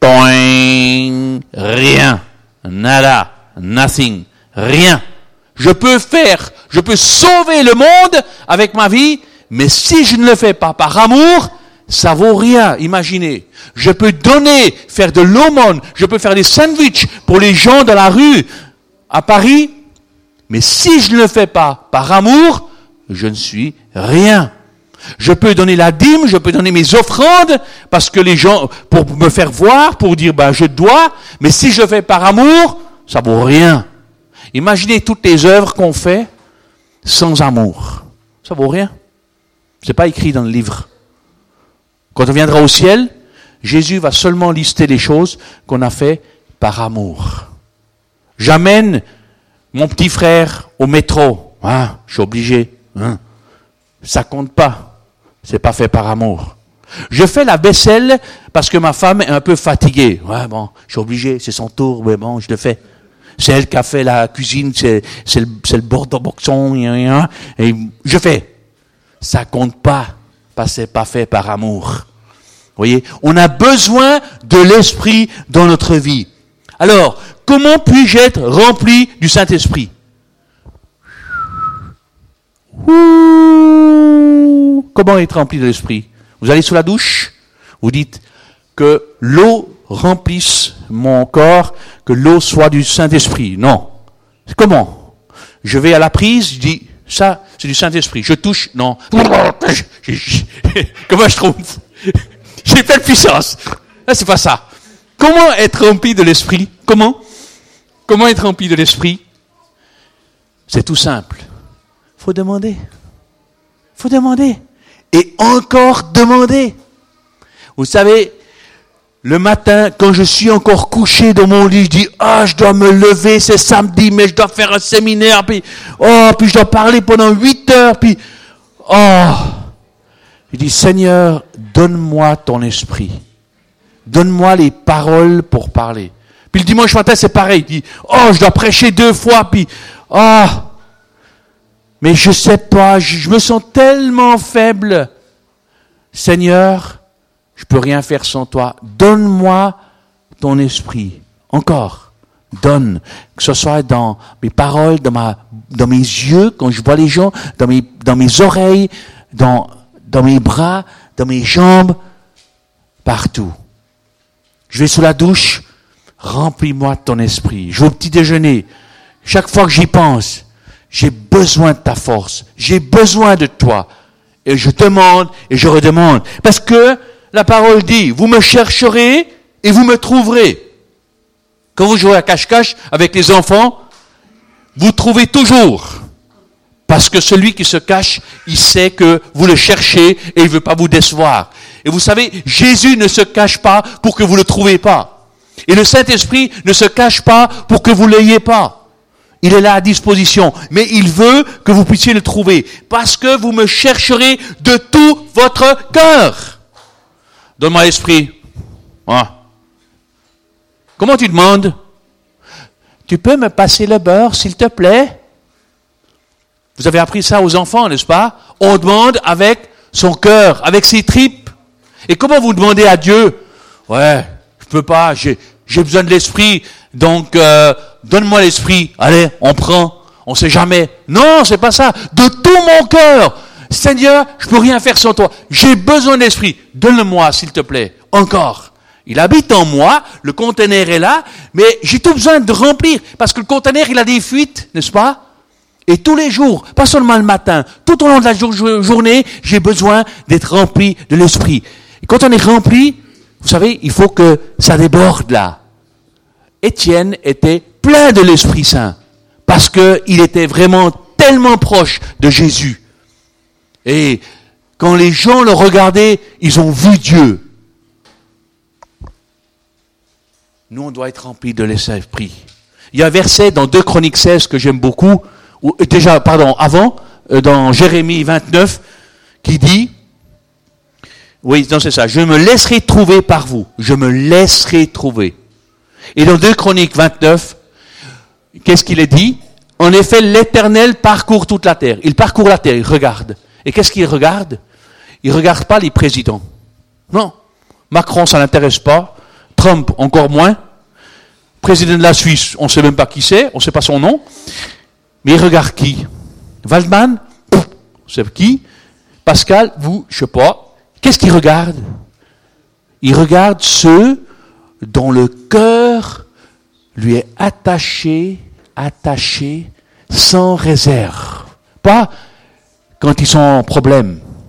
toing, rien, nada, nothing, rien. Je peux faire, je peux sauver le monde avec ma vie, mais si je ne le fais pas par amour, ça vaut rien. Imaginez, je peux donner, faire de l'aumône, je peux faire des sandwichs pour les gens dans la rue à Paris, mais si je ne le fais pas par amour, je ne suis rien. Je peux donner la dîme, je peux donner mes offrandes, parce que les gens, pour me faire voir, pour dire, ben, je dois, mais si je fais par amour, ça vaut rien. Imaginez toutes les œuvres qu'on fait sans amour. Ça vaut rien. C'est pas écrit dans le livre. Quand on viendra au ciel, Jésus va seulement lister les choses qu'on a fait par amour. J'amène mon petit frère au métro. Ah, je suis obligé. Hein. Ça compte pas. C'est pas fait par amour. Je fais la vaisselle parce que ma femme est un peu fatiguée. Ouais, bon, je suis obligé, c'est son tour, mais bon, je le fais. C'est elle qui a fait la cuisine, c'est, c'est le, c'est le bordeaux boxon, et je fais. Ça compte pas, parce que c'est pas fait par amour. Vous voyez, on a besoin de l'Esprit dans notre vie. Alors, comment puis-je être rempli du Saint-Esprit? Ouh, comment être rempli de l'Esprit? Vous allez sous la douche, vous dites que l'eau remplisse mon corps, que l'eau soit du Saint-Esprit. Non. Comment? Je vais à la prise, je dis, ça, c'est du Saint-Esprit. Je touche, non. Comment je trouve? J'ai pleine puissance. Là, c'est pas ça. Comment être rempli de l'Esprit? Comment? Comment être rempli de l'Esprit? C'est tout simple. Faut demander. Faut demander. Et encore demander. Vous savez, le matin, quand je suis encore couché dans mon lit, je dis, ah, oh, je dois me lever, c'est samedi, mais je dois faire un séminaire, puis, oh, puis je dois parler pendant huit heures, puis, oh. Je dis, Seigneur, donne-moi ton esprit. Donne-moi les paroles pour parler. Puis le dimanche matin, c'est pareil. Il dit, oh, je dois prêcher deux fois, puis, oh. Mais je sais pas, je, je me sens tellement faible. Seigneur, je peux rien faire sans toi. Donne-moi ton esprit. Encore. Donne. Que ce soit dans mes paroles, dans ma, dans mes yeux, quand je vois les gens, dans mes, dans mes oreilles, dans, dans mes bras, dans mes jambes, partout. Je vais sous la douche, remplis-moi de ton esprit. Je vais au petit déjeuner. Chaque fois que j'y pense, j'ai besoin de ta force. J'ai besoin de toi. Et je demande et je redemande. Parce que la parole dit, vous me chercherez et vous me trouverez. Quand vous jouez à cache-cache avec les enfants, vous trouvez toujours. Parce que celui qui se cache, il sait que vous le cherchez et il ne veut pas vous décevoir. Et vous savez, Jésus ne se cache pas pour que vous ne le trouviez pas. Et le Saint-Esprit ne se cache pas pour que vous ne l'ayez pas. Il est là à disposition. Mais il veut que vous puissiez le trouver. Parce que vous me chercherez de tout votre cœur. Donne-moi l'esprit. Ah. Comment tu demandes? Tu peux me passer le beurre, s'il te plaît? Vous avez appris ça aux enfants, n'est-ce pas? On demande avec son cœur, avec ses tripes. Et comment vous demandez à Dieu? Ouais, je peux pas, j'ai, j'ai besoin de l'esprit, donc euh, donne-moi l'esprit. Allez, on prend, on sait jamais. Non, c'est pas ça. De tout mon cœur. Seigneur, je peux rien faire sans toi. J'ai besoin d'esprit. Donne-le-moi, s'il te plaît. Encore. Il habite en moi, le conteneur est là, mais j'ai tout besoin de remplir. Parce que le conteneur, il a des fuites, n'est-ce pas? Et tous les jours, pas seulement le matin, tout au long de la jour- journée, j'ai besoin d'être rempli de l'esprit. Et quand on est rempli, vous savez, il faut que ça déborde là. Étienne était plein de l'Esprit Saint. Parce qu'il était vraiment tellement proche de Jésus. Et quand les gens le regardaient, ils ont vu Dieu. Nous, on doit être remplis de l'Esprit. Il y a un verset dans deux Chroniques seize que j'aime beaucoup, ou déjà, pardon, avant, dans Jérémie vingt-neuf, qui dit, oui, non, c'est ça, je me laisserai trouver par vous. Je me laisserai trouver. Et dans deux Chroniques vingt-neuf, qu'est-ce qu'il est dit? En effet, l'Éternel parcourt toute la terre. Il parcourt la terre, il regarde. Et qu'est-ce qu'il regarde? Il ne regarde pas les présidents. Non. Macron, ça n'intéresse pas. Trump, encore moins. Président de la Suisse, on ne sait même pas qui c'est, on ne sait pas son nom. Mais il regarde qui? Waldman, c'est qui? Pascal, vous, je ne sais pas. Qu'est-ce qu'il regarde? Il regarde ceux dont le cœur lui est attaché, attaché, sans réserve. Pas quand ils sont en problème,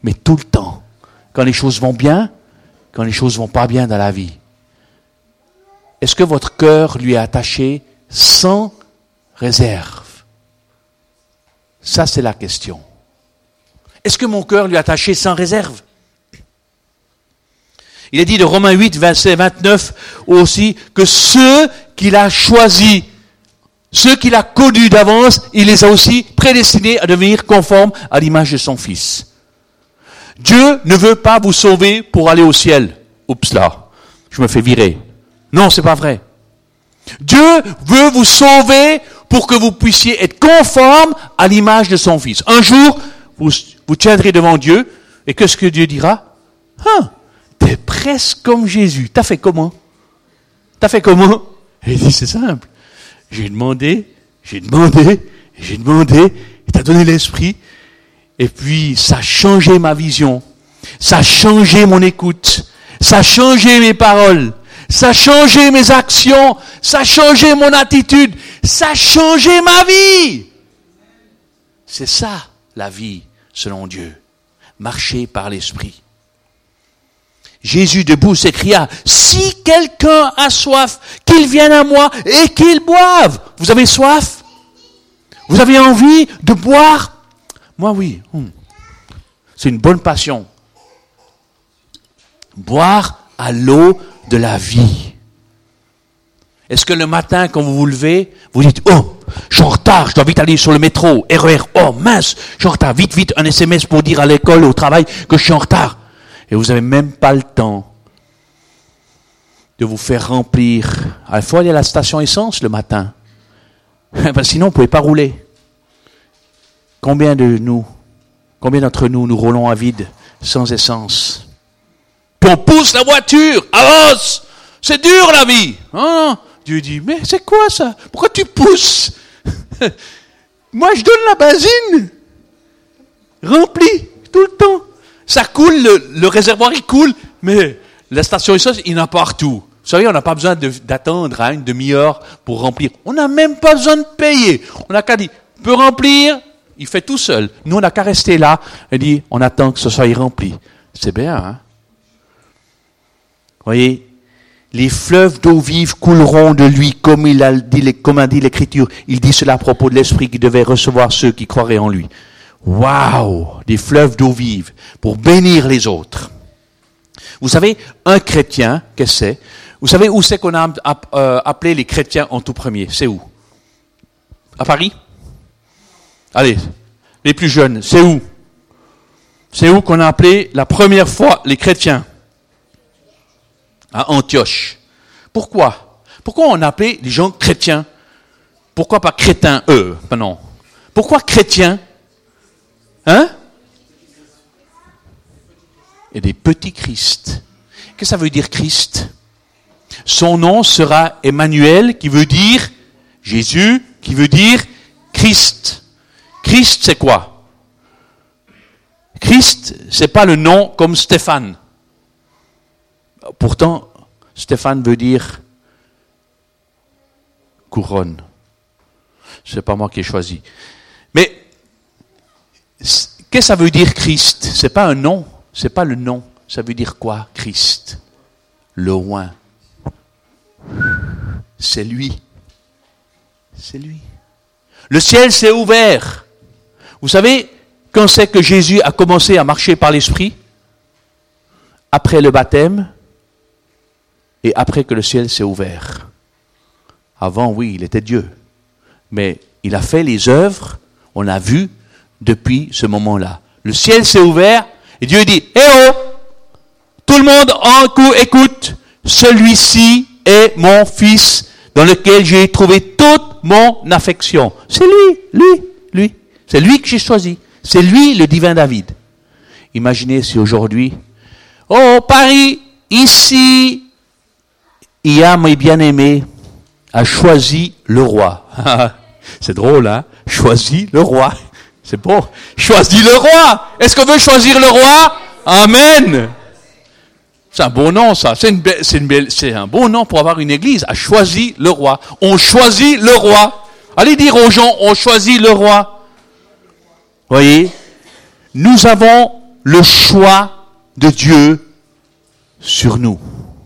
mais tout le temps. Quand les choses vont bien, quand les choses vont pas bien dans la vie. Est-ce que votre cœur lui est attaché sans réserve? Ça, c'est la question. Est-ce que mon cœur lui est attaché sans réserve? Il est dit de Romains huit, verset vingt-neuf aussi, que ceux qu'il a choisis, ceux qu'il a connus d'avance, il les a aussi prédestinés à devenir conformes à l'image de son Fils. Dieu ne veut pas vous sauver pour aller au ciel. Oups là, je me fais virer. Non, c'est pas vrai. Dieu veut vous sauver pour que vous puissiez être conforme à l'image de son Fils. Un jour, vous, vous tiendrez devant Dieu, et qu'est-ce que Dieu dira? Hein, t'es presque comme Jésus. T'as fait comment? T'as fait comment? Et il dit, c'est simple. J'ai demandé, j'ai demandé, j'ai demandé, il t'a donné l'esprit, et puis ça a changé ma vision, ça a changé mon écoute, ça a changé mes paroles, ça a changé mes actions, ça a changé mon attitude, ça a changé ma vie. C'est ça, la vie, selon Dieu. Marcher par l'esprit. Jésus debout s'écria, si quelqu'un a soif, qu'il vienne à moi et qu'il boive. Vous avez soif? Vous avez envie de boire? Moi, oui. Hum. C'est une bonne passion. Boire à l'eau de la vie. Est-ce que le matin, quand vous vous levez, vous dites, oh, je suis en retard, je dois vite aller sur le métro, R E R, oh mince, je suis en retard, vite, vite, un S M S pour dire à l'école, au travail, que je suis en retard. Et vous n'avez même pas le temps de vous faire remplir. Il faut aller à la station essence le matin. Sinon, vous ne pouvez pas rouler. Combien de nous, combien d'entre nous, nous roulons à vide, sans essence? Puis on pousse la voiture, avance! C'est dur la vie! Hein? Dieu dit, mais c'est quoi ça? Pourquoi tu pousses? Moi, je donne la benzine. Remplie, tout le temps. Ça coule, le, le réservoir il coule, mais la station essence, il y en a partout. Vous savez, on n'a pas besoin de, d'attendre hein, une demi-heure pour remplir. On n'a même pas besoin de payer. On n'a qu'à dire, peut remplir, il fait tout seul. Nous, on n'a qu'à rester là et dire, on attend que ce soit rempli. C'est bien, hein? Vous voyez, les fleuves d'eau vive couleront de lui, comme il a dit, comme a dit l'Écriture. Il dit cela à propos de l'Esprit qui devait recevoir ceux qui croiraient en lui. Waouh, des fleuves d'eau vive pour bénir les autres. Vous savez, un chrétien, qu'est-ce que c'est? Vous savez où c'est qu'on a euh, appelé les chrétiens en tout premier? C'est où? À Paris? Allez, les plus jeunes, c'est où? C'est où qu'on a appelé la première fois les chrétiens? À Antioche. Pourquoi? Pourquoi on a appelé les gens chrétiens? Pourquoi pas crétins, eux? Ben non. Pourquoi chrétiens? Hein? Et des petits Christ. Qu'est-ce que ça veut dire Christ? Son nom sera Emmanuel, qui veut dire Jésus, qui veut dire Christ. Christ, c'est quoi? Christ, c'est pas le nom comme Stéphane. Pourtant, Stéphane veut dire couronne. C'est pas moi qui ai choisi. Mais qu'est-ce que ça veut dire Christ? C'est pas un nom, c'est pas le nom. Ça veut dire quoi, Christ? Le roi. C'est lui. C'est lui. Le ciel s'est ouvert. Vous savez, quand c'est que Jésus a commencé à marcher par l'Esprit? Après le baptême et après que le ciel s'est ouvert. Avant, oui, il était Dieu. Mais il a fait les œuvres, on a vu, depuis ce moment-là. Le ciel s'est ouvert et Dieu dit, « Eh oh, tout le monde en coup écoute, celui-ci est mon fils dans lequel j'ai trouvé toute mon affection. » C'est lui, lui, lui. C'est lui que j'ai choisi. C'est lui le divin David. Imaginez si aujourd'hui, « Oh, Paris, ici, il y a mes bien-aimés, a choisi le roi. » C'est drôle, hein? Choisi le roi. C'est bon. Choisis le roi. Est-ce qu'on veut choisir le roi? Amen. C'est un beau nom, ça. C'est, une be- c'est, une belle, c'est un beau nom pour avoir une église. A choisi le roi. On choisit le roi. Allez dire aux gens, on choisit le roi. Voyez? Nous avons le choix de Dieu sur nous.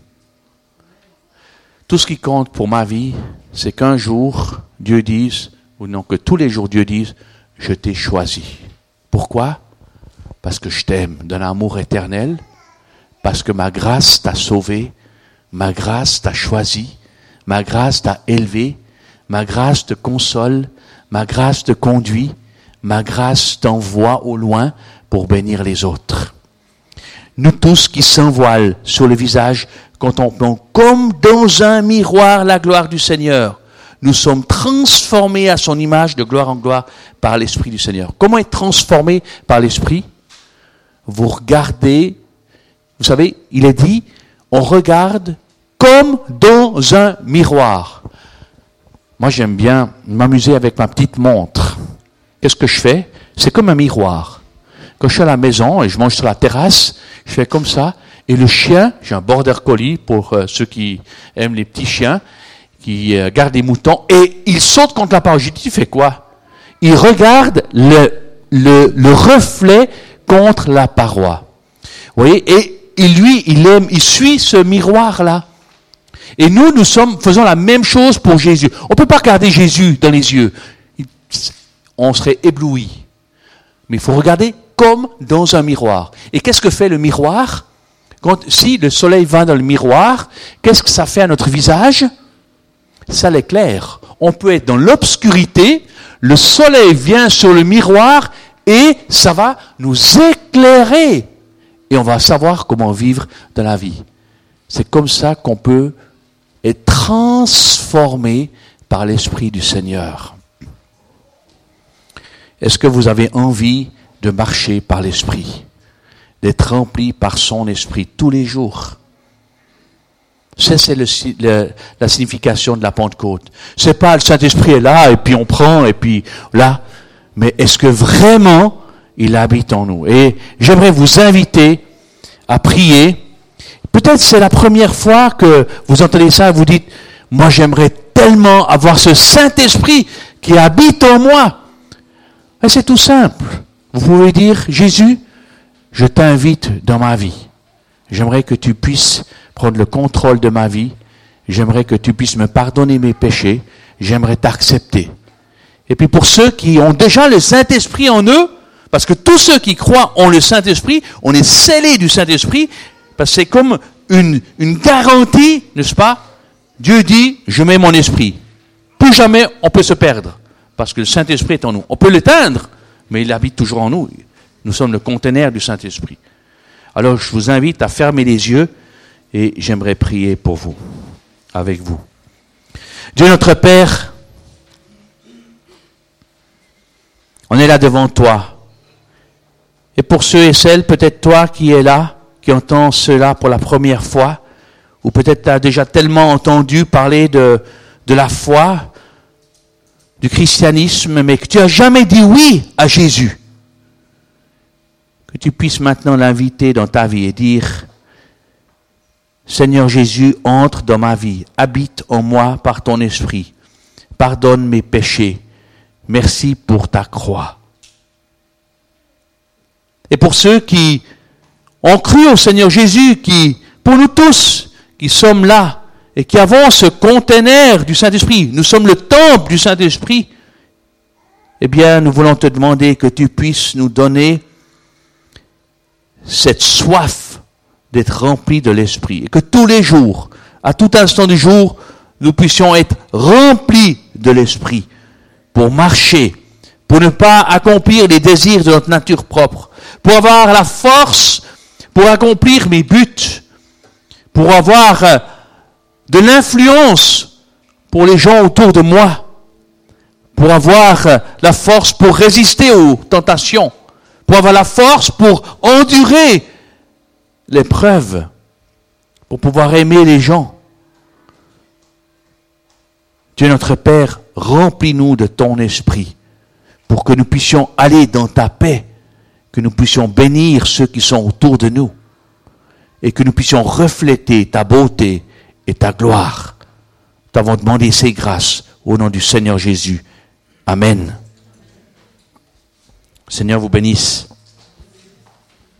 Tout ce qui compte pour ma vie, c'est qu'un jour, Dieu dise, ou non, que tous les jours Dieu dise, je t'ai choisi. Pourquoi? Parce que je t'aime d'un amour éternel, parce que ma grâce t'a sauvé, ma grâce t'a choisi, ma grâce t'a élevé, ma grâce te console, ma grâce te conduit, ma grâce t'envoie au loin pour bénir les autres. Nous tous qui sans voile sur le visage, contemplons comme dans un miroir la gloire du Seigneur. Nous sommes transformés à son image de gloire en gloire par l'Esprit du Seigneur. Comment être transformé par l'Esprit? Vous regardez, vous savez, il est dit, on regarde comme dans un miroir. Moi, j'aime bien m'amuser avec ma petite montre. Qu'est-ce que je fais? C'est comme un miroir. Quand je suis à la maison et je mange sur la terrasse, je fais comme ça. Et le chien, j'ai un border collie pour euh, ceux qui aiment les petits chiens, qui euh, gardent les moutons, et il saute contre la paroi. Je dis, tu fais quoi? Il regarde le, le, le reflet contre la paroi. Vous voyez? Et, et lui, il aime, il suit ce miroir-là. Et nous, nous sommes, faisons la même chose pour Jésus. On ne peut pas regarder Jésus dans les yeux. On serait ébloui. Mais il faut regarder comme dans un miroir. Et qu'est-ce que fait le miroir? Quand, si le soleil va dans le miroir, qu'est-ce que ça fait à notre visage? Ça l'éclaire. On peut être dans l'obscurité, le soleil vient sur le miroir et ça va nous éclairer. Et on va savoir comment vivre dans la vie. C'est comme ça qu'on peut être transformé par l'Esprit du Seigneur. Est-ce que vous avez envie de marcher par l'Esprit, d'être rempli par son Esprit tous les jours? Ça, c'est le, le, la signification de la Pentecôte. C'est pas le Saint-Esprit est là et puis on prend et puis là, mais est-ce que vraiment il habite en nous? Et j'aimerais vous inviter à prier. Peut-être c'est la première fois que vous entendez ça et vous dites, moi j'aimerais tellement avoir ce Saint-Esprit qui habite en moi. Et c'est tout simple. Vous pouvez dire, Jésus, je t'invite dans ma vie. J'aimerais que tu puisses prendre le contrôle de ma vie. J'aimerais que tu puisses me pardonner mes péchés. J'aimerais t'accepter. Et puis pour ceux qui ont déjà le Saint-Esprit en eux, parce que tous ceux qui croient ont le Saint-Esprit, on est scellés du Saint-Esprit, parce que c'est comme une, une garantie, n'est-ce pas? Dieu dit, je mets mon esprit. Plus jamais on peut se perdre, parce que le Saint-Esprit est en nous. On peut l'éteindre, mais il habite toujours en nous. Nous sommes le conteneur du Saint-Esprit. Alors je vous invite à fermer les yeux et j'aimerais prier pour vous, avec vous. Dieu notre Père, on est là devant toi. Et pour ceux et celles, peut-être toi qui es là, qui entend cela pour la première fois, ou peut-être tu as déjà tellement entendu parler de, de la foi, du christianisme, mais que tu n'as jamais dit oui à Jésus. Que tu puisses maintenant l'inviter dans ta vie et dire, Seigneur Jésus, entre dans ma vie, habite en moi par ton esprit, pardonne mes péchés, merci pour ta croix. Et pour ceux qui ont cru au Seigneur Jésus, qui, pour nous tous, qui sommes là et qui avons ce conteneur du Saint-Esprit, nous sommes le temple du Saint-Esprit, eh bien, nous voulons te demander que tu puisses nous donner cette soif d'être remplis de l'Esprit. Et que tous les jours, à tout instant du jour, nous puissions être remplis de l'Esprit pour marcher, pour ne pas accomplir les désirs de notre nature propre, pour avoir la force pour accomplir mes buts, pour avoir de l'influence pour les gens autour de moi, pour avoir la force pour résister aux tentations, pour avoir la force pour endurer l'épreuve, pour pouvoir aimer les gens. Dieu notre Père, remplis-nous de ton esprit pour que nous puissions aller dans ta paix, que nous puissions bénir ceux qui sont autour de nous et que nous puissions refléter ta beauté et ta gloire. T'avons demandé ces grâces au nom du Seigneur Jésus. Amen. Seigneur vous bénisse.